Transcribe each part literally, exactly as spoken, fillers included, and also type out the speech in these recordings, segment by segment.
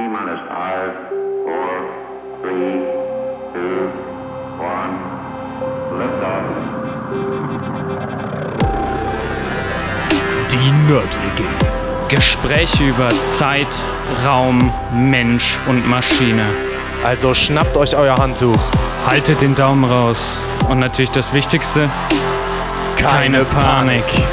T-minus five, four, three, two, one, liftoff. Die Nerd-W G. Gespräche über Zeit, Raum, Mensch und Maschine. Also schnappt euch euer Handtuch. Haltet den Daumen raus. Und natürlich das Wichtigste, keine, keine Panik. Panik.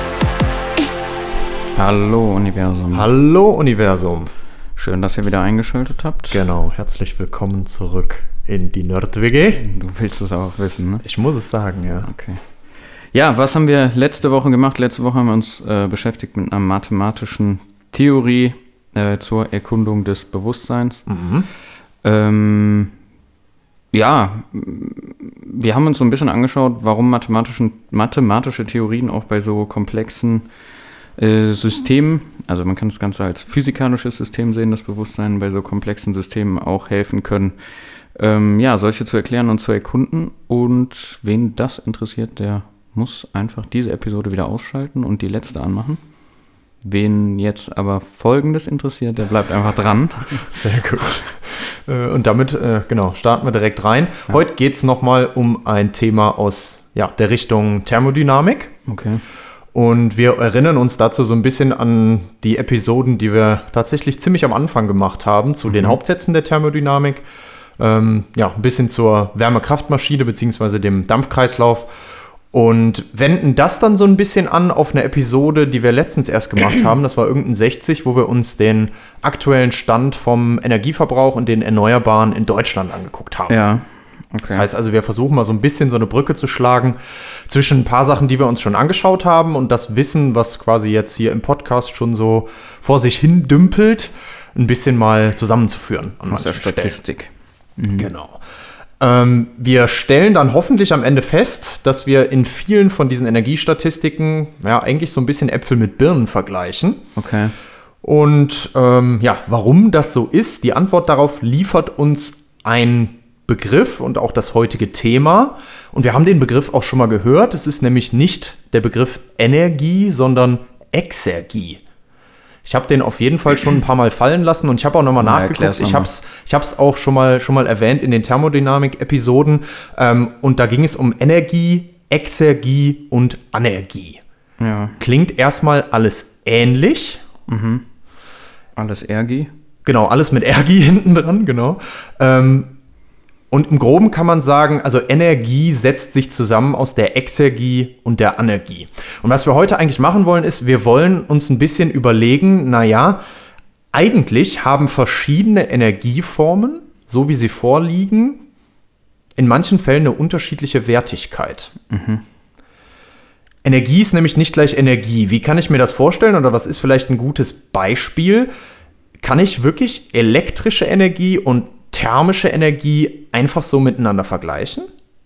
Hallo Universum. Hallo Universum. Schön, dass ihr wieder eingeschaltet habt. Genau, herzlich willkommen zurück in die Nerd-W G. Du willst es auch wissen, ne? Ich muss es sagen, ja. Okay. Ja, was haben wir letzte Woche gemacht? Letzte Woche haben wir uns äh, beschäftigt mit einer mathematischen Theorie äh, zur Erkundung des Bewusstseins. Mhm. Ähm, ja, wir haben uns so ein bisschen angeschaut, warum mathematischen, mathematische Theorien auch bei so komplexen äh, Systemen, also man kann das Ganze als physikalisches System sehen, das Bewusstsein bei so komplexen Systemen auch helfen können, ähm, ja, solche zu erklären und zu erkunden. Und wen das interessiert, der muss einfach diese Episode wieder ausschalten und die letzte anmachen. Wen jetzt aber Folgendes interessiert, der bleibt einfach dran. Sehr gut. Und damit, genau, starten wir direkt rein. Ja. Heute geht es nochmal um ein Thema aus ja, der Richtung Thermodynamik. Okay. Und wir erinnern uns dazu so ein bisschen an die Episoden, die wir tatsächlich ziemlich am Anfang gemacht haben, zu mhm. den Hauptsätzen der Thermodynamik. Ähm, ja, ein bisschen zur Wärmekraftmaschine bzw. dem Dampfkreislauf. Und wenden das dann so ein bisschen an auf eine Episode, die wir letztens erst gemacht haben. Das war irgendein sechzig, wo wir uns den aktuellen Stand vom Energieverbrauch und den Erneuerbaren in Deutschland angeguckt haben. Ja, okay. Das heißt also, wir versuchen mal so ein bisschen so eine Brücke zu schlagen zwischen ein paar Sachen, die wir uns schon angeschaut haben und das Wissen, was quasi jetzt hier im Podcast schon so vor sich hin dümpelt, ein bisschen mal zusammenzuführen. Aus der Statistik. Mhm. Genau. Ähm, wir stellen dann hoffentlich am Ende fest, dass wir in vielen von diesen Energiestatistiken ja eigentlich so ein bisschen Äpfel mit Birnen vergleichen. Okay. Und ähm, ja, warum das so ist, die Antwort darauf liefert uns ein Begriff und auch das heutige Thema. Und wir haben den Begriff auch schon mal gehört. Es ist nämlich nicht der Begriff Energie, sondern Exergie. Ich habe den auf jeden Fall schon ein paar Mal fallen lassen und ich habe auch nochmal ja, nachgeguckt. Ich habe es ich hab's auch schon mal, schon mal erwähnt in den Thermodynamik-Episoden. Ähm, und da ging es um Energie, Exergie und Anergie. Ja. Klingt erstmal alles ähnlich. Mhm. Alles Ergie. Genau, alles mit Ergie hinten dran, genau. Ähm, und im Groben kann man sagen, also Energie setzt sich zusammen aus der Exergie und der Anergie. Und was wir heute eigentlich machen wollen, ist, wir wollen uns ein bisschen überlegen, naja, eigentlich haben verschiedene Energieformen, so wie sie vorliegen, in manchen Fällen eine unterschiedliche Wertigkeit. Mhm. Energie ist nämlich nicht gleich Energie. Wie kann ich mir das vorstellen oder was ist vielleicht ein gutes Beispiel? Kann ich wirklich elektrische Energie und thermische Energie einfach so miteinander vergleichen?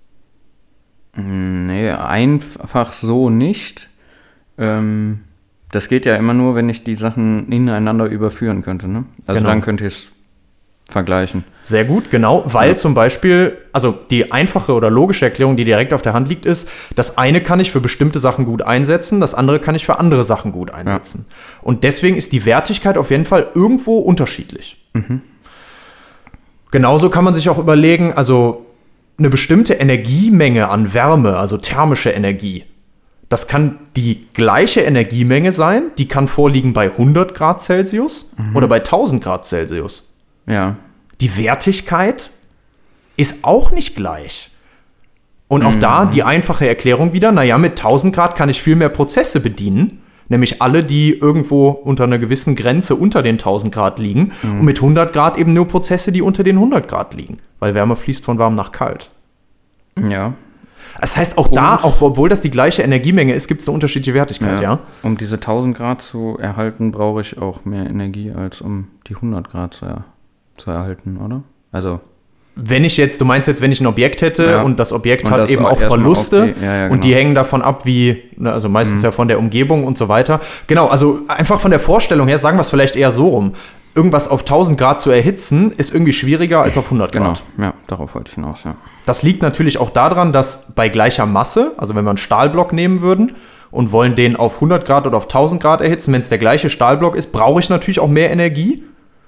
Nee, einfach so nicht. Ähm, das geht ja immer nur, wenn ich die Sachen ineinander überführen könnte, ne? Also genau. Dann könnte ich es vergleichen. Sehr gut, genau, weil ja. zum Beispiel, also die einfache oder logische Erklärung, die direkt auf der Hand liegt, ist, das eine kann ich für bestimmte Sachen gut einsetzen, das andere kann ich für andere Sachen gut einsetzen. Ja. Und deswegen ist die Wertigkeit auf jeden Fall irgendwo unterschiedlich. Mhm. Genauso kann man sich auch überlegen, also eine bestimmte Energiemenge an Wärme, also thermische Energie, das kann die gleiche Energiemenge sein, die kann vorliegen bei hundert Grad Celsius mhm. oder bei tausend Grad Celsius. Ja. Die Wertigkeit ist auch nicht gleich. Und auch mhm. da die einfache Erklärung wieder, naja, mit tausend Grad kann ich viel mehr Prozesse bedienen, nämlich alle, die irgendwo unter einer gewissen Grenze unter den tausend Grad liegen. Mhm. Und mit hundert Grad eben nur Prozesse, die unter den hundert Grad liegen. Weil Wärme fließt von warm nach kalt. Ja. Das heißt, auch und da, auch obwohl das die gleiche Energiemenge ist, gibt es eine unterschiedliche Wertigkeit, ja. ja? Um diese tausend Grad zu erhalten, brauche ich auch mehr Energie, als um die hundert Grad zu, er- zu erhalten, oder? Also... Wenn ich jetzt, du meinst jetzt, wenn ich ein Objekt hätte ja. und das Objekt und hat das eben auch Verluste die, ja, ja, genau. und die hängen davon ab, wie, also meistens mhm. ja von der Umgebung und so weiter. Genau, also einfach von der Vorstellung her, sagen wir es vielleicht eher so rum. Irgendwas auf tausend Grad zu erhitzen, ist irgendwie schwieriger als auf hundert Grad. Genau, ja, darauf wollte ich hinaus, ja. Das liegt natürlich auch daran, dass bei gleicher Masse, also wenn wir einen Stahlblock nehmen würden und wollen den auf hundert Grad oder auf tausend Grad erhitzen, wenn es der gleiche Stahlblock ist, brauche ich natürlich auch mehr Energie.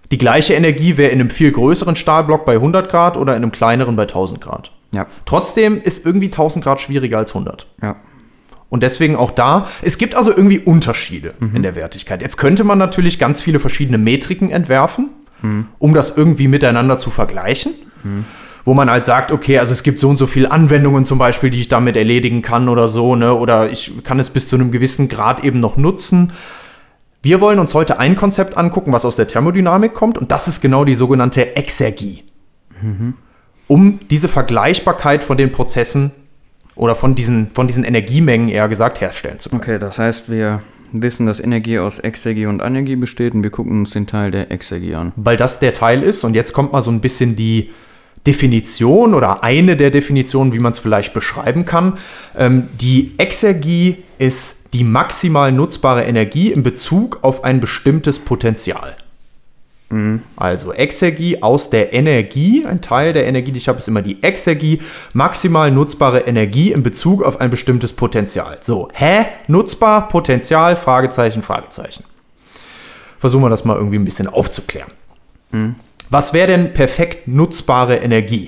Die gleiche Energie wäre in einem viel größeren Stahlblock bei hundert Grad oder in einem kleineren bei tausend Grad. Ja. Trotzdem ist irgendwie tausend Grad schwieriger als hundert. Ja. Und deswegen auch da, es gibt also irgendwie Unterschiede mhm. in der Wertigkeit. Jetzt könnte man natürlich ganz viele verschiedene Metriken entwerfen, mhm. um das irgendwie miteinander zu vergleichen. Mhm. Wo man halt sagt, okay, also es gibt so und so viele Anwendungen zum Beispiel, die ich damit erledigen kann oder so, ne? Oder ich kann es bis zu einem gewissen Grad eben noch nutzen. Wir wollen uns heute ein Konzept angucken, was aus der Thermodynamik kommt, und das ist genau die sogenannte Exergie. Mhm. Um diese Vergleichbarkeit von den Prozessen oder von diesen, von diesen Energiemengen eher gesagt herstellen zu können. Okay, das heißt, wir wissen, dass Energie aus Exergie und Anergie besteht, und wir gucken uns den Teil der Exergie an. Weil das der Teil ist, und jetzt kommt mal so ein bisschen die Definition oder eine der Definitionen, wie man es vielleicht beschreiben kann. Ähm, die Exergie ist die maximal nutzbare Energie in Bezug auf ein bestimmtes Potenzial. Mhm. Also Exergie aus der Energie, ein Teil der Energie, die ich habe, ist immer die Exergie, maximal nutzbare Energie in Bezug auf ein bestimmtes Potenzial. So, hä? Nutzbar, Potenzial, Fragezeichen, Fragezeichen. Versuchen wir das mal irgendwie ein bisschen aufzuklären. Mhm. Was wäre denn perfekt nutzbare Energie?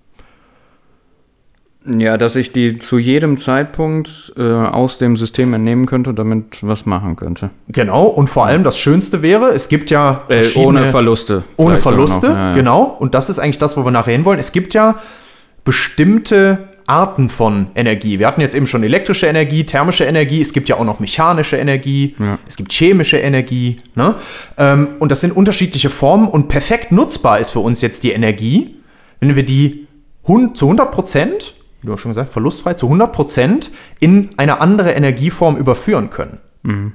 Ja, dass ich die zu jedem Zeitpunkt äh, aus dem System entnehmen könnte und damit was machen könnte. Genau, und vor allem das Schönste wäre, es gibt ja äh, ohne Verluste. Ohne Verluste, ja, ja. Genau. Und das ist eigentlich das, wo wir nachher hin wollen. Es gibt ja bestimmte Arten von Energie. Wir hatten jetzt eben schon elektrische Energie, thermische Energie, es gibt ja auch noch mechanische Energie, ja. Es gibt chemische Energie, ne? Ähm, und das sind unterschiedliche Formen, und perfekt nutzbar ist für uns jetzt die Energie, wenn wir die hund- zu hundert Prozent, wie du auch schon gesagt, verlustfrei, zu hundert Prozent in eine andere Energieform überführen können. Mhm.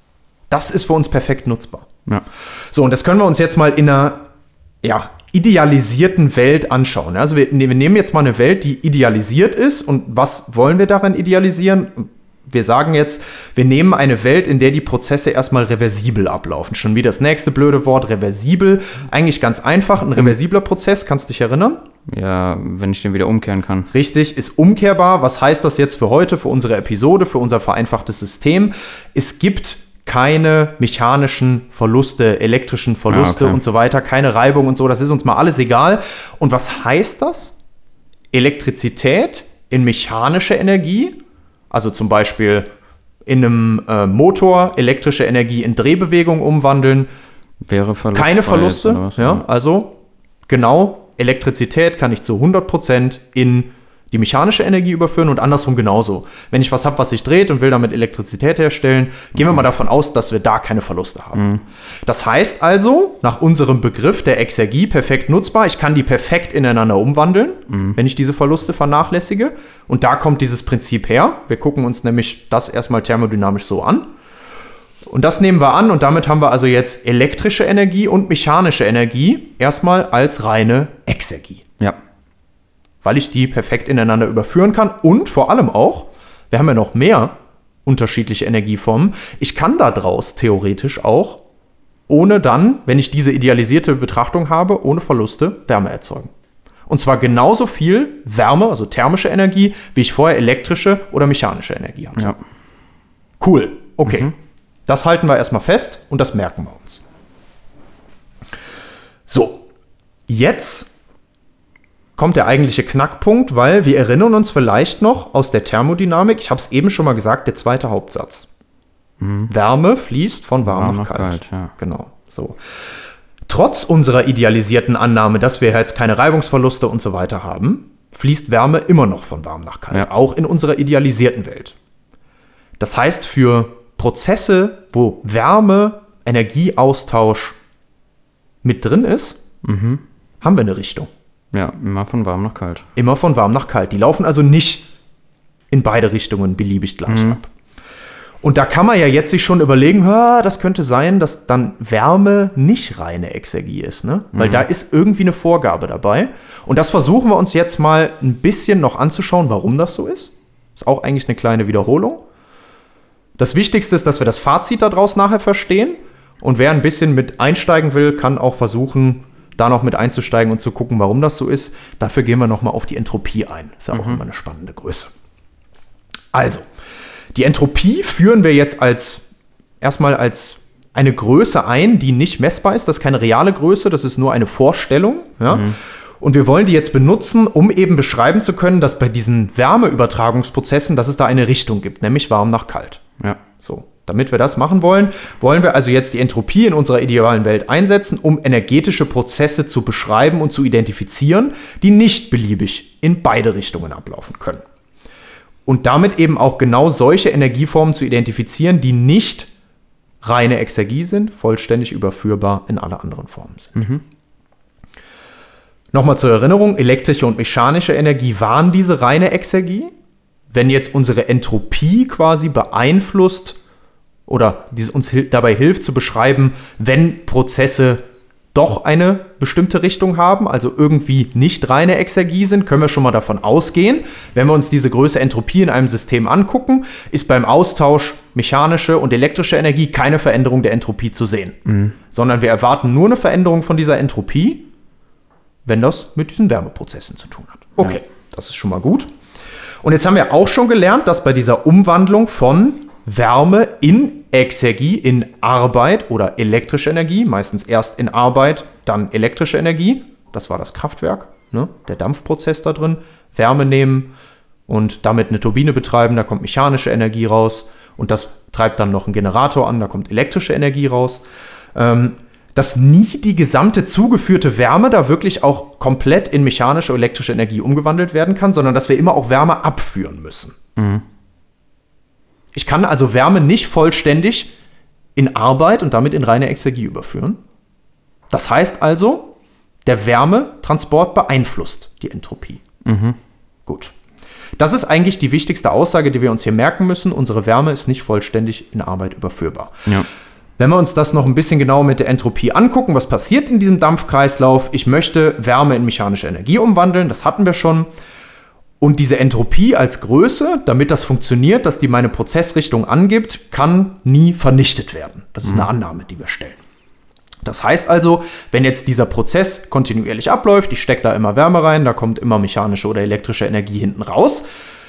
Das ist für uns perfekt nutzbar. Ja. So, und das können wir uns jetzt mal in einer, ja, idealisierten Welt anschauen. Also wir, wir nehmen jetzt mal eine Welt, die idealisiert ist, und was wollen wir daran idealisieren? Wir sagen jetzt, wir nehmen eine Welt, in der die Prozesse erstmal reversibel ablaufen. Schon wieder das nächste blöde Wort, reversibel. Eigentlich ganz einfach, ein reversibler Prozess, kannst du dich erinnern? Ja, wenn ich den wieder umkehren kann. Richtig, ist umkehrbar. Was heißt das jetzt für heute, für unsere Episode, für unser vereinfachtes System? Es gibt keine mechanischen Verluste, elektrischen Verluste ah, okay. und so weiter, keine Reibung und so, das ist uns mal alles egal. Und was heißt das? Elektrizität in mechanische Energie, also zum Beispiel in einem äh, Motor elektrische Energie in Drehbewegung umwandeln, wäre Verlust keine Verluste. Ja, also genau, Elektrizität kann ich zu hundert Prozent in die mechanische Energie überführen und andersrum genauso. Wenn ich was habe, was sich dreht und will damit Elektrizität herstellen, gehen mhm. wir mal davon aus, dass wir da keine Verluste haben. Mhm. Das heißt also, nach unserem Begriff der Exergie perfekt nutzbar, ich kann die perfekt ineinander umwandeln, mhm. wenn ich diese Verluste vernachlässige. Und da kommt dieses Prinzip her. Wir gucken uns nämlich das erstmal thermodynamisch so an. Und das nehmen wir an, und damit haben wir also jetzt elektrische Energie und mechanische Energie erstmal als reine Exergie. Ja. Weil ich die perfekt ineinander überführen kann, und vor allem auch, wir haben ja noch mehr unterschiedliche Energieformen, ich kann daraus theoretisch auch, ohne dann, wenn ich diese idealisierte Betrachtung habe, ohne Verluste Wärme erzeugen. Und zwar genauso viel Wärme, also thermische Energie, wie ich vorher elektrische oder mechanische Energie hatte. Ja. Cool, okay. Mhm. Das halten wir erstmal fest und das merken wir uns. So, jetzt kommt der eigentliche Knackpunkt, weil wir erinnern uns vielleicht noch aus der Thermodynamik, ich habe es eben schon mal gesagt, der zweite Hauptsatz. Mhm. Wärme fließt von warm, warm nach kalt. kalt ja. Genau, so. Trotz unserer idealisierten Annahme, dass wir jetzt keine Reibungsverluste und so weiter haben, fließt Wärme immer noch von warm nach kalt, ja. Auch in unserer idealisierten Welt. Das heißt, für Prozesse, wo Wärme, Energieaustausch mit drin ist, mhm. haben wir eine Richtung. Ja, immer von warm nach kalt. Immer von warm nach kalt. Die laufen also nicht in beide Richtungen beliebig gleich mhm. ab. Und da kann man ja jetzt sich schon überlegen, das könnte sein, dass dann Wärme nicht reine Exergie ist, ne? Weil mhm. da ist irgendwie eine Vorgabe dabei. Und das versuchen wir uns jetzt mal ein bisschen noch anzuschauen, warum das so ist. Ist auch eigentlich eine kleine Wiederholung. Das Wichtigste ist, dass wir das Fazit daraus nachher verstehen. Und wer ein bisschen mit einsteigen will, kann auch versuchen, da noch mit einzusteigen und zu gucken, warum das so ist. Dafür gehen wir nochmal auf die Entropie ein. Ist ja auch mhm. immer eine spannende Größe. Also, die Entropie führen wir jetzt als erstmal als eine Größe ein, die nicht messbar ist. Das ist keine reale Größe, das ist nur eine Vorstellung. Ja? Mhm. Und wir wollen die jetzt benutzen, um eben beschreiben zu können, dass bei diesen Wärmeübertragungsprozessen, dass es da eine Richtung gibt, nämlich warm nach kalt. Ja. So, damit wir das machen wollen, wollen wir also jetzt die Entropie in unserer idealen Welt einsetzen, um energetische Prozesse zu beschreiben und zu identifizieren, die nicht beliebig in beide Richtungen ablaufen können. Und damit eben auch genau solche Energieformen zu identifizieren, die nicht reine Exergie sind, vollständig überführbar in alle anderen Formen sind. Mhm. Nochmal zur Erinnerung, elektrische und mechanische Energie waren diese reine Exergie. Wenn jetzt unsere Entropie quasi beeinflusst oder uns dabei hilft zu beschreiben, wenn Prozesse doch eine bestimmte Richtung haben, also irgendwie nicht reine Exergie sind, können wir schon mal davon ausgehen. Wenn wir uns diese Größe Entropie in einem System angucken, ist beim Austausch mechanische und elektrische Energie keine Veränderung der Entropie zu sehen, mhm. sondern wir erwarten nur eine Veränderung von dieser Entropie, wenn das mit diesen Wärmeprozessen zu tun hat. Okay, ja. Das ist schon mal gut. Und jetzt haben wir auch schon gelernt, dass bei dieser Umwandlung von Wärme in Exergie, in Arbeit oder elektrische Energie, meistens erst in Arbeit, dann elektrische Energie, das war das Kraftwerk, ne? Der Dampfprozess da drin, Wärme nehmen und damit eine Turbine betreiben, da kommt mechanische Energie raus und das treibt dann noch einen Generator an, da kommt elektrische Energie raus. Ähm, dass nie die gesamte zugeführte Wärme da wirklich auch komplett in mechanische oder elektrische Energie umgewandelt werden kann, sondern dass wir immer auch Wärme abführen müssen. Mhm. Ich kann also Wärme nicht vollständig in Arbeit und damit in reine Exergie überführen. Das heißt also, der Wärmetransport beeinflusst die Entropie. Mhm. Gut. Das ist eigentlich die wichtigste Aussage, die wir uns hier merken müssen. Unsere Wärme ist nicht vollständig in Arbeit überführbar. Ja. Wenn wir uns das noch ein bisschen genauer mit der Entropie angucken, was passiert in diesem Dampfkreislauf? Ich möchte Wärme in mechanische Energie umwandeln, das hatten wir schon. Und diese Entropie als Größe, damit das funktioniert, dass die meine Prozessrichtung angibt, kann nie vernichtet werden. Das ist mhm. eine Annahme, die wir stellen. Das heißt also, wenn jetzt dieser Prozess kontinuierlich abläuft, ich stecke da immer Wärme rein, da kommt immer mechanische oder elektrische Energie hinten raus.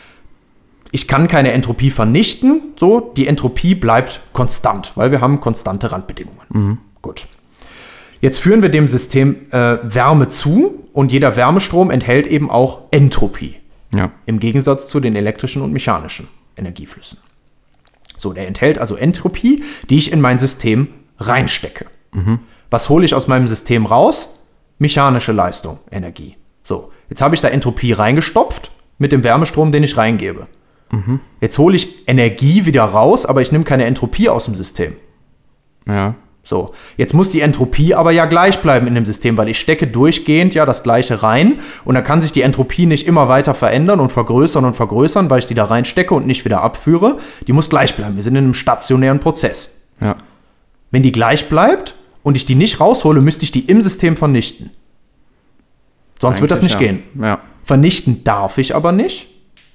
Ich kann keine Entropie vernichten, so, die Entropie bleibt konstant, weil wir haben konstante Randbedingungen. Mhm. Gut. Jetzt führen wir dem System äh, Wärme zu und jeder Wärmestrom enthält eben auch Entropie. Ja. Im Gegensatz zu den elektrischen und mechanischen Energieflüssen. So, der enthält also Entropie, die ich in mein System reinstecke. Mhm. Was hole ich aus meinem System raus? Mechanische Leistung, Energie. So, jetzt habe ich da Entropie reingestopft mit dem Wärmestrom, den ich reingebe. Mhm. Jetzt hole ich Energie wieder raus, aber ich nehme keine Entropie aus dem System. Ja. So, jetzt muss die Entropie aber ja gleich bleiben in dem System, weil ich stecke durchgehend ja das Gleiche rein und da kann sich die Entropie nicht immer weiter verändern und vergrößern und vergrößern, weil ich die da reinstecke und nicht wieder abführe. Die muss gleich bleiben. Wir sind in einem stationären Prozess. Ja. Wenn die gleich bleibt und ich die nicht raushole, müsste ich die im System vernichten. Sonst Eigentlich wird das nicht ja. gehen. Ja. Vernichten darf ich aber nicht.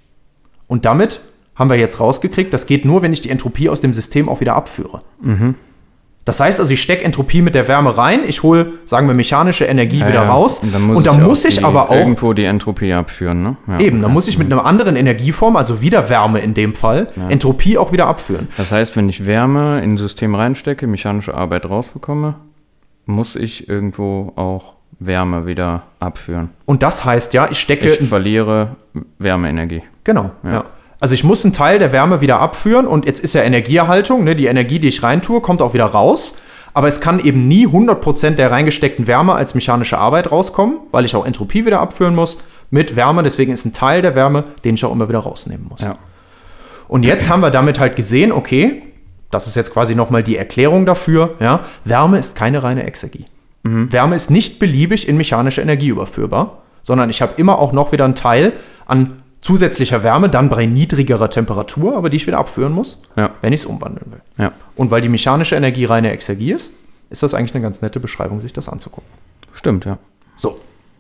Und damit haben wir jetzt rausgekriegt, das geht nur, wenn ich die Entropie aus dem System auch wieder abführe. Mhm. Das heißt also, ich stecke Entropie mit der Wärme rein, ich hole, sagen wir, mechanische Energie ja, wieder raus. Und dann muss und dann ich, muss ich die, aber auch irgendwo die Entropie abführen. Ne? Ja, eben, dann ja. muss ich mit einer anderen Energieform, also wieder Wärme in dem Fall, ja. Entropie auch wieder abführen. Das heißt, wenn ich Wärme in ein System reinstecke, mechanische Arbeit rausbekomme, muss ich irgendwo auch Wärme wieder abführen. Und das heißt ja, ich stecke... Ich verliere Wärmeenergie. Genau, ja. ja. Also ich muss einen Teil der Wärme wieder abführen und jetzt ist ja Energieerhaltung, ne? Die Energie, die ich reintue, kommt auch wieder raus. Aber es kann eben nie hundert Prozent der reingesteckten Wärme als mechanische Arbeit rauskommen, weil ich auch Entropie wieder abführen muss mit Wärme. Deswegen ist ein Teil der Wärme, den ich auch immer wieder rausnehmen muss. Ja. Und jetzt haben wir damit halt gesehen, okay, das ist jetzt quasi nochmal die Erklärung dafür, ja, Wärme ist keine reine Exergie. Mhm. Wärme ist nicht beliebig in mechanische Energie überführbar, sondern ich habe immer auch noch wieder einen Teil an zusätzlicher Wärme, dann bei niedrigerer Temperatur, aber die ich wieder abführen muss, ja. wenn ich es umwandeln will. Ja. Und weil die mechanische Energie reine Exergie ist, ist das eigentlich eine ganz nette Beschreibung, sich das anzugucken. Stimmt, ja. So.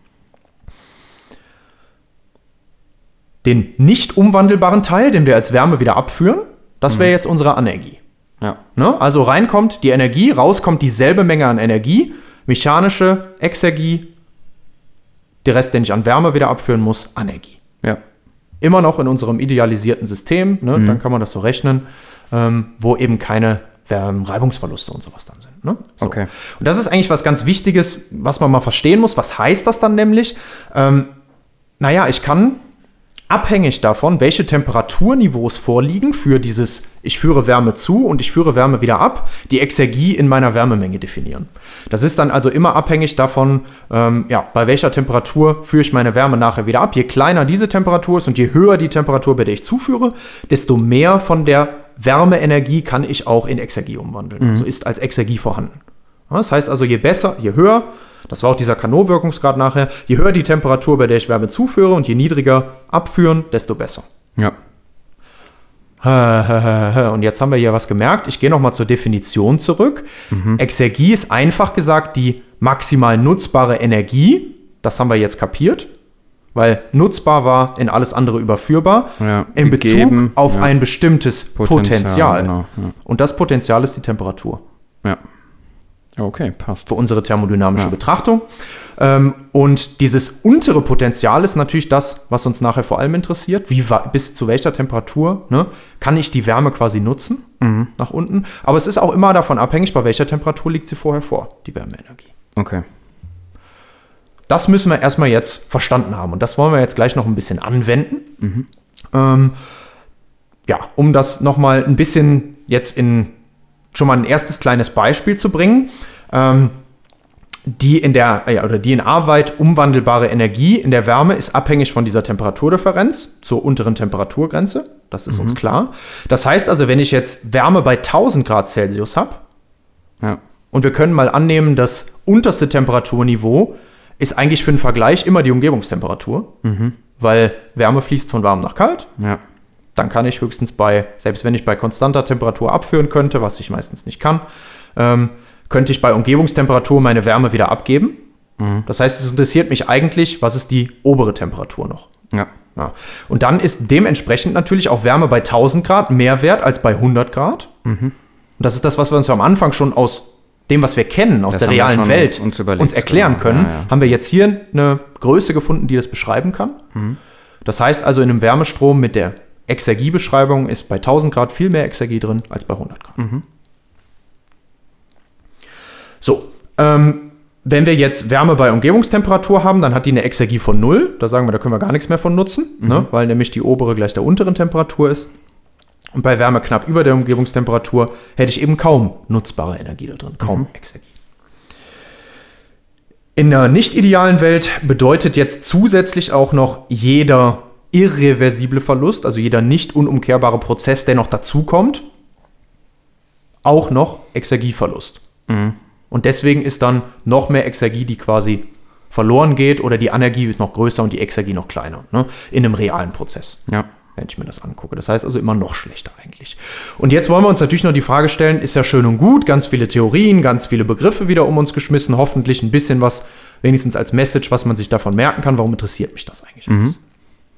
Den nicht umwandelbaren Teil, den wir als Wärme wieder abführen, das wäre mhm. jetzt unsere Anenergie. Ja. Ne? Also reinkommt die Energie, rauskommt dieselbe Menge an Energie, mechanische Exergie, der Rest, den ich an Wärme wieder abführen muss, Anenergie. Ja. Immer noch in unserem idealisierten System, ne, mhm. dann kann man das so rechnen, ähm, wo eben keine ähm, Reibungsverluste und sowas dann sind. Ne? So. Okay. Und das ist eigentlich was ganz Wichtiges, was man mal verstehen muss. Was heißt das dann nämlich? Ähm, naja, ich kann abhängig davon, welche Temperaturniveaus vorliegen für dieses, ich führe Wärme zu und ich führe Wärme wieder ab, die Exergie in meiner Wärmemenge definieren. Das ist dann also immer abhängig davon, ähm, ja, bei welcher Temperatur führe ich meine Wärme nachher wieder ab. Je kleiner diese Temperatur ist und je höher die Temperatur, bei der ich zuführe, desto mehr von der Wärmeenergie kann ich auch in Exergie umwandeln. Mhm. Also ist als Exergie vorhanden. Das heißt also, je besser, je höher, das war auch dieser Carnot-Wirkungsgrad nachher, je höher die Temperatur, bei der ich Wärme zuführe und je niedriger abführen, desto besser. Ja. Und jetzt haben wir hier was gemerkt. Ich gehe nochmal zur Definition zurück. Mhm. Exergie ist einfach gesagt die maximal nutzbare Energie. Das haben wir jetzt kapiert. Weil nutzbar war in alles andere überführbar. Ja, in gegeben, Bezug auf ja. ein bestimmtes Potenzial. Potenzial, genau, ja. Und das Potenzial ist die Temperatur. Ja. Okay, passt. Für unsere thermodynamische Ja. Betrachtung. Ähm, und dieses untere Potenzial ist natürlich das, was uns nachher vor allem interessiert. Wie bis zu welcher Temperatur, ne, kann ich die Wärme quasi nutzen, Mhm. nach unten. Aber es ist auch immer davon abhängig, bei welcher Temperatur liegt sie vorher vor, die Wärmeenergie. Okay. Das müssen wir erstmal jetzt verstanden haben. Und das wollen wir jetzt gleich noch ein bisschen anwenden. Mhm. Ähm, ja, um das nochmal ein bisschen jetzt in schon mal ein erstes kleines Beispiel zu bringen. Ähm, die in der ja, oder die in Arbeit umwandelbare Energie in der Wärme ist abhängig von dieser Temperaturdifferenz zur unteren Temperaturgrenze. Das ist mhm. uns klar. Das heißt also, wenn ich jetzt Wärme bei tausend Grad Celsius habe, ja. und wir können mal annehmen, das unterste Temperaturniveau ist eigentlich für den Vergleich immer die Umgebungstemperatur, Mhm. weil Wärme fließt von warm nach kalt. Ja. Dann kann ich höchstens bei, selbst wenn ich bei konstanter Temperatur abführen könnte, was ich meistens nicht kann, ähm, könnte ich bei Umgebungstemperatur meine Wärme wieder abgeben. Mhm. Das heißt, es interessiert mich eigentlich, was ist die obere Temperatur noch. Ja. Ja. Und dann ist dementsprechend natürlich auch Wärme bei tausend Grad mehr wert als bei hundert Grad. Mhm. Und das ist das, was wir uns am Anfang schon aus dem, was wir kennen, aus Das der haben wir realen schon Welt, uns überlegt. uns erklären Genau. können, Ja, ja. haben wir jetzt hier eine Größe gefunden, die das beschreiben kann. Mhm. Das heißt also, in einem Wärmestrom mit der Exergiebeschreibung ist bei tausend Grad viel mehr Exergie drin als bei hundert Grad. Mhm. So, ähm, wenn wir jetzt Wärme bei Umgebungstemperatur haben, dann hat die eine Exergie von null. Da sagen wir, da können wir gar nichts mehr von nutzen, Mhm. ne? Weil nämlich die obere gleich der unteren Temperatur ist. Und bei Wärme knapp über der Umgebungstemperatur hätte ich eben kaum nutzbare Energie da drin, kaum Mhm. Exergie. In einer nicht idealen Welt bedeutet jetzt zusätzlich auch noch jeder irreversible Verlust, also jeder nicht unumkehrbare Prozess, der noch dazukommt, auch noch Exergieverlust. Mhm. Und deswegen ist dann noch mehr Exergie, die quasi verloren geht, oder die Anergie wird noch größer und die Exergie noch kleiner, ne? In einem realen Prozess, Ja. wenn ich mir das angucke. Das heißt also immer noch schlechter eigentlich. Und jetzt wollen wir uns natürlich noch die Frage stellen, ist ja schön und gut, ganz viele Theorien, ganz viele Begriffe wieder um uns geschmissen, hoffentlich ein bisschen was, wenigstens als Message, was man sich davon merken kann. Warum interessiert mich das eigentlich alles? Mhm.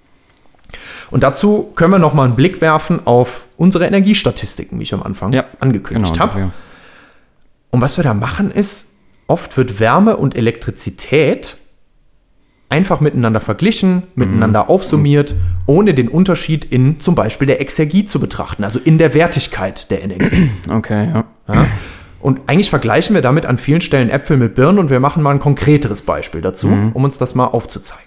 Und dazu können wir noch mal einen Blick werfen auf unsere Energiestatistiken, wie ich am Anfang Ja, angekündigt genau, habe. ja. Und was wir da machen ist, oft wird Wärme und Elektrizität einfach miteinander verglichen, miteinander aufsummiert, ohne den Unterschied in zum Beispiel der Exergie zu betrachten, also in der Wertigkeit der Energie. Okay, ja. Ja? Und eigentlich vergleichen wir damit an vielen Stellen Äpfel mit Birnen und wir machen mal ein konkreteres Beispiel dazu, Mhm. um uns das mal aufzuzeigen.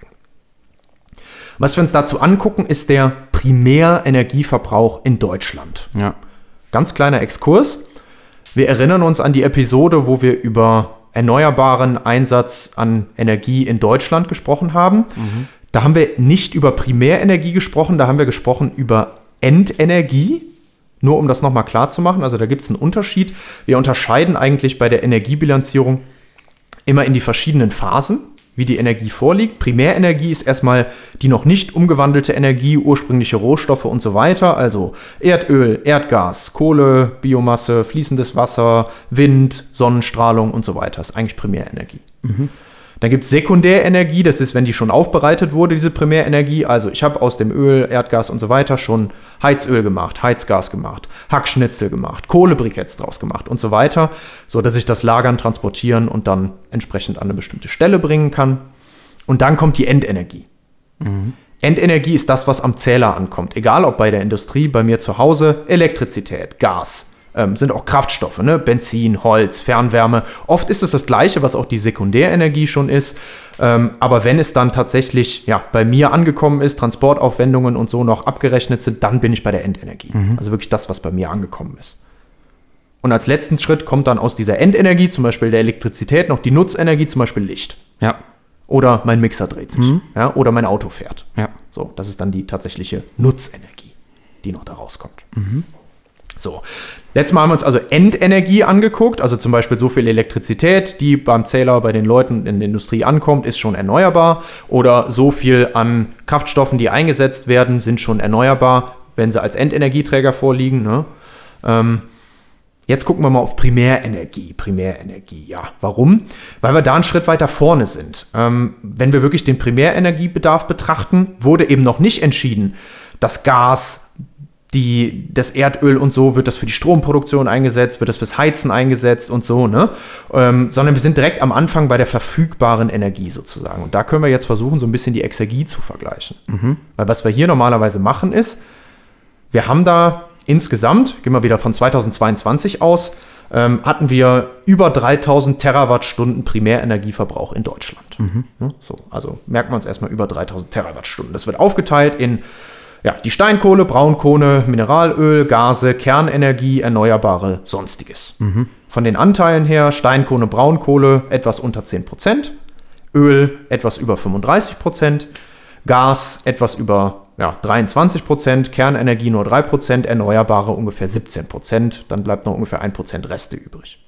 Was wir uns dazu angucken, ist der Primärenergieverbrauch in Deutschland. Ja. Ganz kleiner Exkurs. Wir erinnern uns an die Episode, wo wir über erneuerbaren Einsatz an Energie in Deutschland gesprochen haben. Mhm. Da haben wir nicht über Primärenergie gesprochen, da haben wir gesprochen über Endenergie. Nur um das nochmal klar zu machen, also da gibt es einen Unterschied. Wir unterscheiden eigentlich bei der Energiebilanzierung immer in die verschiedenen Phasen, wie die Energie vorliegt. Primärenergie ist erstmal die noch nicht umgewandelte Energie, ursprüngliche Rohstoffe und so weiter, also Erdöl, Erdgas, Kohle, Biomasse, fließendes Wasser, Wind, Sonnenstrahlung und so weiter. Das ist eigentlich Primärenergie. Mhm. Dann gibt es Sekundärenergie, das ist, wenn die schon aufbereitet wurde, diese Primärenergie. Also ich habe aus dem Öl, Erdgas und so weiter schon Heizöl gemacht, Heizgas gemacht, Hackschnitzel gemacht, Kohlebriketts draus gemacht und so weiter, sodass ich das lagern, transportieren und dann entsprechend an eine bestimmte Stelle bringen kann. Und dann kommt die Endenergie. Mhm. Endenergie ist das, was am Zähler ankommt. Egal ob bei der Industrie, bei mir zu Hause, Elektrizität, Gas, ähm, sind auch Kraftstoffe, ne? Benzin, Holz, Fernwärme. Oft ist es das Gleiche, was auch die Sekundärenergie schon ist. Ähm, aber wenn es dann tatsächlich ja, bei mir angekommen ist, Transportaufwendungen und so noch abgerechnet sind, dann bin ich bei der Endenergie. Mhm. Also wirklich das, was bei mir angekommen ist. Und als letzten Schritt kommt dann aus dieser Endenergie, zum Beispiel der Elektrizität, noch die Nutzenergie, zum Beispiel Licht. Ja. Oder mein Mixer dreht sich. Mhm. Ja, oder mein Auto fährt. Ja. So, das ist dann die tatsächliche Nutzenergie, die noch da rauskommt. Mhm. So, letztes Mal haben wir uns also Endenergie angeguckt, also zum Beispiel so viel Elektrizität, die beim Zähler bei den Leuten in der Industrie ankommt, ist schon erneuerbar. Oder so viel an Kraftstoffen, die eingesetzt werden, sind schon erneuerbar, wenn sie als Endenergieträger vorliegen. Ne? Ähm, Jetzt gucken wir mal auf Primärenergie. Primärenergie, ja. Warum? Weil wir da einen Schritt weiter vorne sind. Ähm, wenn wir wirklich den Primärenergiebedarf betrachten, wurde eben noch nicht entschieden, das Gas, die, das Erdöl und so, wird das für die Stromproduktion eingesetzt, wird das fürs Heizen eingesetzt und so, ne? Ähm, sondern wir sind direkt am Anfang bei der verfügbaren Energie sozusagen. Und da können wir jetzt versuchen, so ein bisschen die Exergie zu vergleichen. Mhm. Weil was wir hier normalerweise machen ist, wir haben da insgesamt, gehen wir wieder von zweitausendzweiundzwanzig aus, ähm, hatten wir über dreitausend Terawattstunden Primärenergieverbrauch in Deutschland. Mhm. Ja, so, also merken wir uns erstmal über dreitausend Terawattstunden. Das wird aufgeteilt in ja, die Steinkohle, Braunkohle, Mineralöl, Gase, Kernenergie, Erneuerbare, Sonstiges. Mhm. Von den Anteilen her Steinkohle, Braunkohle etwas unter zehn Prozent, Öl etwas über fünfunddreißig Prozent, Gas etwas über ja, dreiundzwanzig Prozent, Kernenergie nur drei Prozent, Erneuerbare ungefähr siebzehn Prozent, dann bleibt noch ungefähr ein Prozent Reste übrig.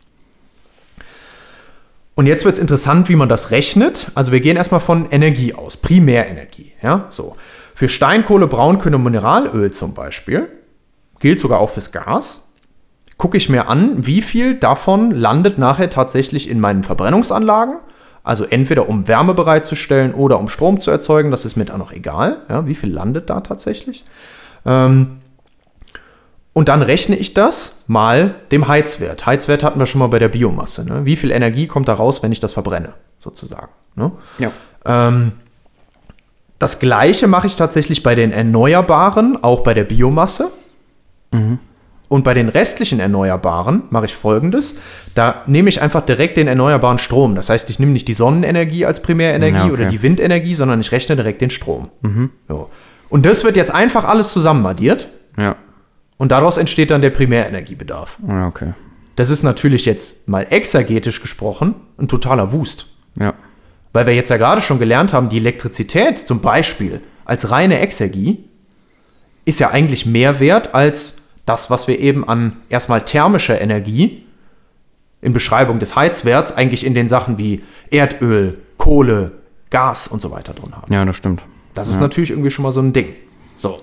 Und jetzt wird es interessant, wie man das rechnet. Also wir gehen erstmal von Energie aus, Primärenergie. Ja? So. Für Steinkohle, Braunkohle und Mineralöl zum Beispiel, gilt sogar auch fürs Gas, gucke ich mir an, wie viel davon landet nachher tatsächlich in meinen Verbrennungsanlagen. Also entweder um Wärme bereitzustellen oder um Strom zu erzeugen, das ist mir dann noch egal, ja, wie viel landet da tatsächlich. Ähm, und dann rechne ich das mal dem Heizwert. Heizwert hatten wir schon mal bei der Biomasse. Ne? Wie viel Energie kommt da raus, wenn ich das verbrenne, sozusagen. Ne? Ja. Ähm, das Gleiche mache ich tatsächlich bei den Erneuerbaren, auch bei der Biomasse. Mhm. Und bei den restlichen Erneuerbaren mache ich Folgendes. Da nehme ich einfach direkt den erneuerbaren Strom. Das heißt, ich nehme nicht die Sonnenenergie als Primärenergie ja, okay. oder die Windenergie, sondern ich rechne direkt den Strom. Mhm. So. Und das wird jetzt einfach alles zusammenaddiert. Ja. Und daraus entsteht dann der Primärenergiebedarf. Ja, okay. Das ist natürlich jetzt mal exergetisch gesprochen ein totaler Wust. Ja. Weil wir jetzt ja gerade schon gelernt haben, die Elektrizität zum Beispiel als reine Exergie ist ja eigentlich mehr wert als das, was wir eben an erstmal thermischer Energie in Beschreibung des Heizwerts eigentlich in den Sachen wie Erdöl, Kohle, Gas und so weiter drin haben. Ja, das stimmt. Das ist ja. natürlich irgendwie schon mal so ein Ding. So.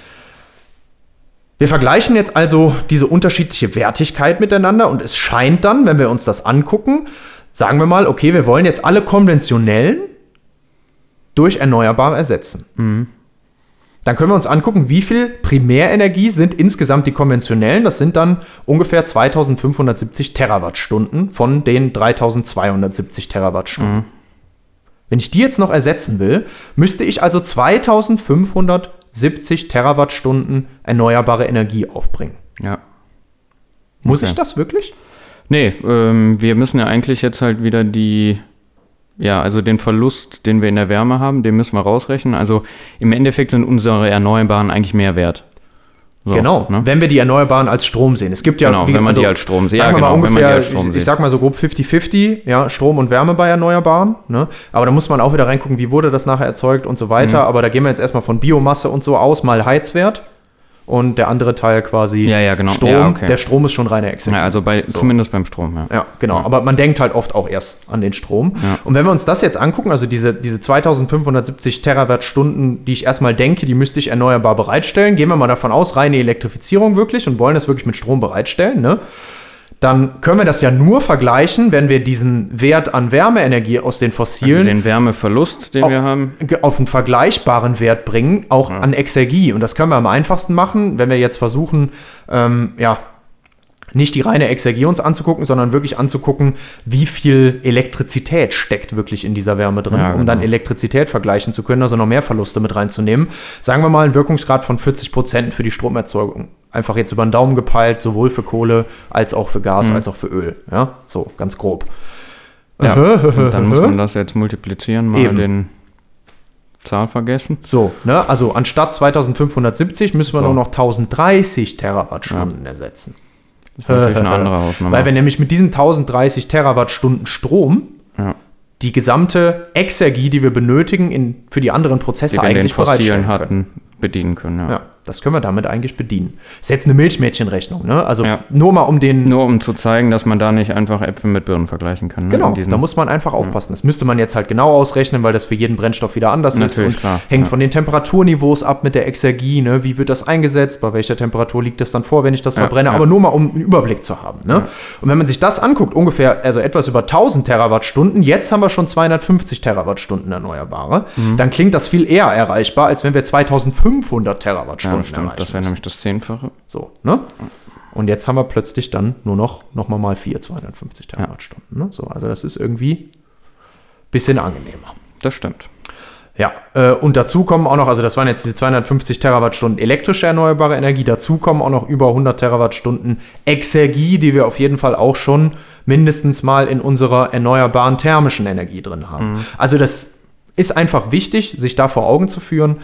Wir vergleichen jetzt also diese unterschiedliche Wertigkeit miteinander und es scheint dann, wenn wir uns das angucken, sagen wir mal, okay, wir wollen jetzt alle konventionellen durch Erneuerbare ersetzen. Mhm. Dann können wir uns angucken, wie viel Primärenergie sind insgesamt die konventionellen. Das sind dann ungefähr zweitausendfünfhundertsiebzig Terawattstunden von den dreitausendzweihundertsiebzig Terawattstunden. Mhm. Wenn ich die jetzt noch ersetzen will, müsste ich also zweitausendfünfhundertsiebzig Terawattstunden erneuerbare Energie aufbringen. Ja. Muss okay. ich das wirklich? Nee, ähm, wir müssen ja eigentlich jetzt halt wieder die... Ja, also den Verlust, den wir in der Wärme haben, den müssen wir rausrechnen. Also im Endeffekt sind unsere Erneuerbaren eigentlich mehr wert. So, genau, ne? Wenn wir die Erneuerbaren als Strom sehen. Es gibt ja, genau, wie, wenn man also, die als Strom sieht. Ja, genau, mal ungefähr, wenn man die als Strom ich, sieht. ich sag mal so grob fünfzig fünfzig, ja, Strom und Wärme bei Erneuerbaren. Ne? Aber da muss man auch wieder reingucken, wie wurde das nachher erzeugt und so weiter. Mhm. Aber da gehen wir jetzt erstmal von Biomasse und so aus, mal Heizwert. Und der andere Teil quasi ja, ja, genau. Strom. Ja, okay. Der Strom ist schon reine Exergie. Ja, also bei, so. Zumindest beim Strom, ja. Ja, genau. Ja. Aber man denkt halt oft auch erst an den Strom. Ja. Und wenn wir uns das jetzt angucken, also diese, diese zweitausendfünfhundertsiebzig Terawattstunden, die ich erstmal denke, die müsste ich erneuerbar bereitstellen. Gehen wir mal davon aus, reine Elektrifizierung wirklich und wollen das wirklich mit Strom bereitstellen, ne? Dann können wir das ja nur vergleichen, wenn wir diesen Wert an Wärmeenergie aus den fossilen... Also den Wärmeverlust, den auf, wir haben. Auf einen vergleichbaren Wert bringen, auch ja. an Exergie. Und das können wir am einfachsten machen, wenn wir jetzt versuchen, ähm, ja, nicht die reine Exergie uns anzugucken, sondern wirklich anzugucken, wie viel Elektrizität steckt wirklich in dieser Wärme drin, Ja, genau. um dann Elektrizität vergleichen zu können, also noch mehr Verluste mit reinzunehmen. Sagen wir mal einen Wirkungsgrad von vierzig Prozent für die Stromerzeugung. Einfach jetzt über den Daumen gepeilt, sowohl für Kohle als auch für Gas, Mhm. als auch für Öl. Ja, so ganz grob. Ja, und dann muss man das jetzt multiplizieren, mal Eben. den Zahl vergessen. So, ne, also anstatt zweitausendfünfhundertsiebzig müssen wir So. nur noch tausenddreißig Terawattstunden ersetzen. Das ist natürlich eine andere Hausnummer. Weil wir nämlich mit diesen tausenddreißig Terawattstunden Strom ja, die gesamte Exergie, die wir benötigen in, für die anderen Prozesse die wir in den eigentlich bereitstellen Fossilen können. hatten, bedienen können. Ja. Ja, das können wir damit eigentlich bedienen. Ist jetzt eine Milchmädchenrechnung, ne? Also Ja. nur mal um den... Nur um zu zeigen, dass man da nicht einfach Äpfel mit Birnen vergleichen kann. Ne? Genau, In diesen- da muss man einfach aufpassen. Das müsste man jetzt halt genau ausrechnen, weil das für jeden Brennstoff wieder anders Natürlich, ist. Und klar, hängt ja. von den Temperaturniveaus ab mit der Exergie. Ne? Wie wird das eingesetzt? Bei welcher Temperatur liegt das dann vor, wenn ich das Ja, verbrenne? ja. Aber nur mal, um einen Überblick zu haben. Ne? Ja. Und wenn man sich das anguckt, ungefähr, also etwas über tausend Terawattstunden, jetzt haben wir schon zweihundertfünfzig Terawattstunden Erneuerbare, dann klingt das viel eher erreichbar, als wenn wir zweitausendfünfhundert ja, Terawattstunden das stimmt. erreichen Das wäre müssen. nämlich das Zehnfache. So, ne? Und jetzt haben wir plötzlich dann nur noch, noch mal mal vier, zweihundertfünfzig Terawattstunden. Ne? So, also das ist irgendwie ein bisschen angenehmer. Das stimmt. Ja, äh, und dazu kommen auch noch, also das waren jetzt diese zweihundertfünfzig Terawattstunden elektrische erneuerbare Energie, dazu kommen auch noch über hundert Terawattstunden Exergie, die wir auf jeden Fall auch schon mindestens mal in unserer erneuerbaren thermischen Energie drin haben. Mhm. Also das ist einfach wichtig, sich da vor Augen zu führen.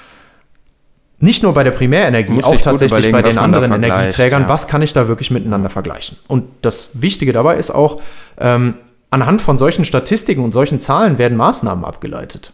Nicht nur bei der Primärenergie, Muss auch sich gut tatsächlich überlegen, bei was den man da anderen vergleicht, Energieträgern, ja. was kann ich da wirklich miteinander vergleichen? Und das Wichtige dabei ist auch, ähm, anhand von solchen Statistiken und solchen Zahlen werden Maßnahmen abgeleitet.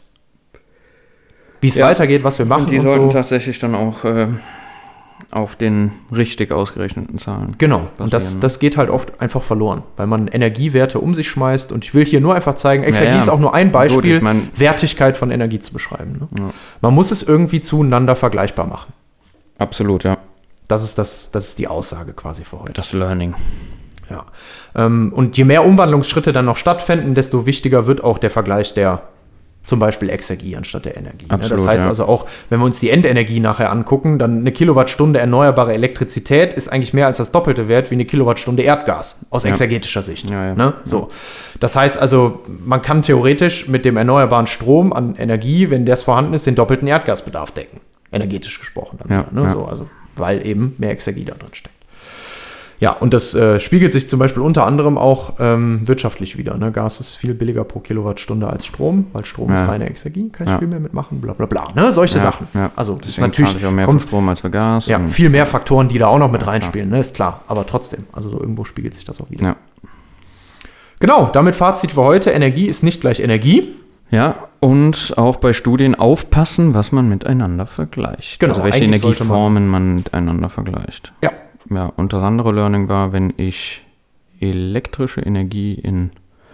Wie es Ja. weitergeht, was wir machen Und die und sollten so. tatsächlich dann auch äh, auf den richtig ausgerechneten Zahlen. Genau, und das, basieren, ne? das geht halt oft einfach verloren, weil man Energiewerte um sich schmeißt. Und ich will hier nur einfach zeigen, Exergie Ja, ja. ist auch nur ein Beispiel, Gut, ich mein- Wertigkeit von Energie zu beschreiben. Ne? Ja. Man muss es irgendwie zueinander vergleichbar machen. Absolut, ja. Das ist, das, das ist die Aussage quasi für heute. Das Learning. Ja. Ähm, und je mehr Umwandlungsschritte dann noch stattfinden, desto wichtiger wird auch der Vergleich der zum Beispiel Exergie anstatt der Energie. Ne? Das Absolut, heißt ja. also auch, wenn wir uns die Endenergie nachher angucken, dann eine Kilowattstunde erneuerbare Elektrizität ist eigentlich mehr als das doppelte Wert wie eine Kilowattstunde Erdgas aus Ja. exergetischer Sicht. Ja, ja. Ne? So. Das heißt also, man kann theoretisch mit dem erneuerbaren Strom an Energie, wenn das vorhanden ist, den doppelten Erdgasbedarf decken. Energetisch gesprochen. Dann Ja, wieder, ne? ja. So, also, weil eben mehr Exergie da drin steckt. Ja, und das äh, spiegelt sich zum Beispiel unter anderem auch ähm, wirtschaftlich wieder. Ne? Gas ist viel billiger pro Kilowattstunde als Strom, weil Strom Ja. ist reine Exergie, kann ich Ja. viel mehr mitmachen, bla bla bla. Ne? Solche Ja, Sachen. ja. Also das ist Deswegen natürlich zahle ich auch mehr kommt, für Strom als für Gas. ja, und- viel mehr Faktoren, die da auch noch mit reinspielen, ne? Ist klar. Aber trotzdem, also so irgendwo spiegelt sich das auch wieder. Ja. Genau, damit Fazit für heute. Energie ist nicht gleich Energie. Ja, und auch bei Studien aufpassen, was man miteinander vergleicht. Genau, also welche eigentlich sollte Energieformen man miteinander vergleicht. Ja. Ja, und das andere Learning war, wenn ich elektrische Energie in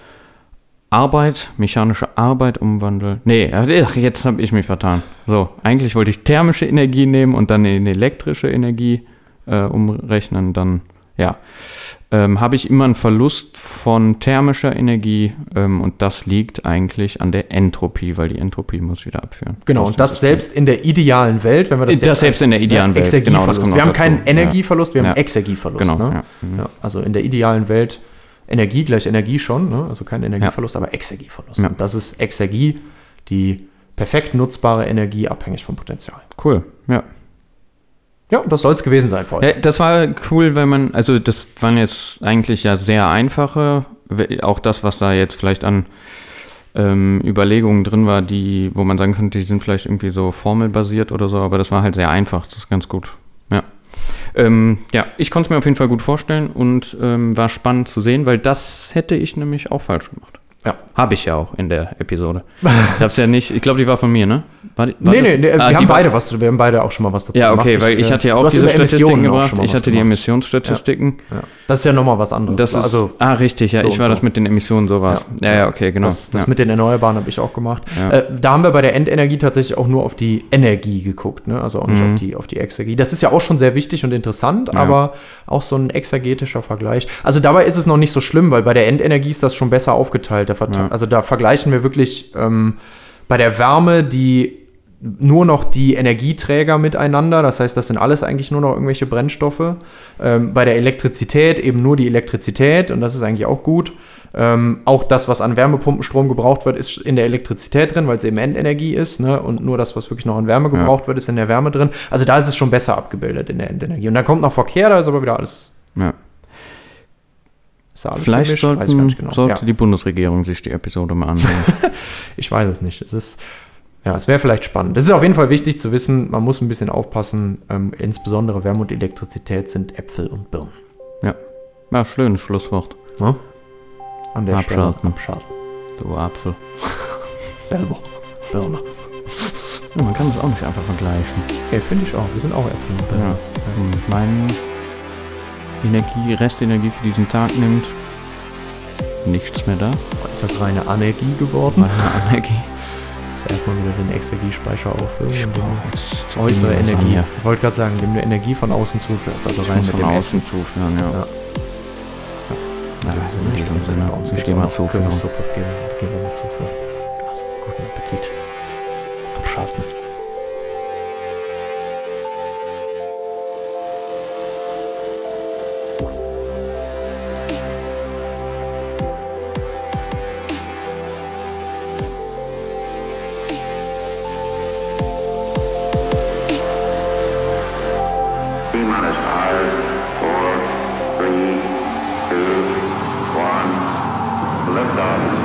Arbeit, mechanische Arbeit umwandle. Nee, ach, jetzt habe ich mich vertan. So, eigentlich wollte ich thermische Energie nehmen und dann in elektrische Energie äh, umrechnen. Dann, ja, ähm, habe ich immer einen Verlust von thermischer Energie ähm, und das liegt eigentlich an der Entropie, weil die Entropie muss wieder abführen. Genau, Aus und dem das System. selbst in der idealen Welt, wenn wir das Das jetzt selbst als, in der idealen ne, Welt, genau, das Exergieverlust. kommt wir noch haben keinen dazu. Energieverlust, wir Ja. haben Exergieverlust. Genau, ne? ja. Mhm. Ja, also in der idealen Welt Energie gleich Energie schon, ne? Also kein Energieverlust, aber Exergieverlust. Ja. Und das ist Exergie, die perfekt nutzbare Energie, abhängig vom Potenzial. Cool, ja. Ja, und das soll es gewesen sein für heute. Ja, das war cool, weil man, also das waren jetzt eigentlich ja sehr einfache, auch das, was da jetzt vielleicht an ähm, Überlegungen drin war, die, wo man sagen könnte, die sind vielleicht irgendwie so formelbasiert oder so, aber das war halt sehr einfach, das ist ganz gut, ja. Ähm, ja, ich konnte es mir auf jeden Fall gut vorstellen und ähm, war spannend zu sehen, weil das hätte ich nämlich auch falsch gemacht. Ja. Habe ich ja auch in der Episode. Ich hab's ja nicht, ich glaube, die war von mir, ne? War die, war Nee, das? nee, nee Ah, wir die haben war- beide was, wir haben beide auch schon mal was dazu Ja, gemacht. okay, weil ich äh, hatte ja du auch hast diese über Statistiken Emissionen auch gebracht. schon mal Ich was hatte die gemacht. Emissionsstatistiken. Ja. Das ist ja nochmal was anderes. Das ist, also, ah, richtig, ja, so ich und war so. das mit den Emissionen, sowas. Ja, ja, okay, genau. Das, das ja. mit den Erneuerbaren habe ich auch gemacht. Ja. Äh, da haben wir bei der Endenergie tatsächlich auch nur auf die Energie geguckt, ne? Also auch nicht Mhm. auf die, auf die Exergie. Das ist ja auch schon sehr wichtig und interessant, Ja. aber auch so ein exergetischer Vergleich. Also dabei ist es noch nicht so schlimm, weil bei der Endenergie ist das schon besser aufgeteilt. Der Verteil- Ja. Also da vergleichen wir wirklich ähm, bei der Wärme die nur noch die Energieträger miteinander. Das heißt, das sind alles eigentlich nur noch irgendwelche Brennstoffe. Ähm, bei der Elektrizität eben nur die Elektrizität und das ist eigentlich auch gut. Ähm, auch das, was an Wärmepumpenstrom gebraucht wird, ist in der Elektrizität drin, weil es eben Endenergie ist, ne? Und nur das, was wirklich noch an Wärme gebraucht ja. wird, ist in der Wärme drin. Also da ist es schon besser abgebildet in der Endenergie. Und dann kommt noch Verkehr, da ist aber wieder alles... Ja. Ist da alles Vielleicht gemischt? sollten, Weiß ich gar nicht genau. sollte ja. die Bundesregierung sich die Episode mal ansehen. Ich weiß es nicht. Es ist... Ja, es wäre vielleicht spannend. Es ist auf jeden Fall wichtig zu wissen, man muss ein bisschen aufpassen. Ähm, insbesondere Wärme und Elektrizität sind Äpfel und Birnen. Ja, ja schönes Schlusswort. Ja? An der Abschalten. Stelle abschalten. Du Apfel. Selber. Birne. Ja, man kann das auch nicht einfach vergleichen. Ja, finde ich auch. Wir sind auch Äpfel und Birnen. Ja. Und mein Energie, Restenergie für diesen Tag nimmt nichts mehr da. Ist das reine Anergie geworden? Meine Energie. Erstmal wieder den Exergiespeicher auffüllen. Ich und brauche jetzt äußere Energie. Ich wollte gerade sagen, indem du Energie von außen zuführst, also ich rein muss mit von dem außen Essen. zuführen, ja. Ja. Ja, Also in nicht diesem Sinne. bei uns Ich gibt's gehe mal auch zuführen. Kürbissuppe. Gehen, gehen wir mal zuführen. Also, guten Appetit. Abschalten. T-minus five, four, three, two, one. Liftoff.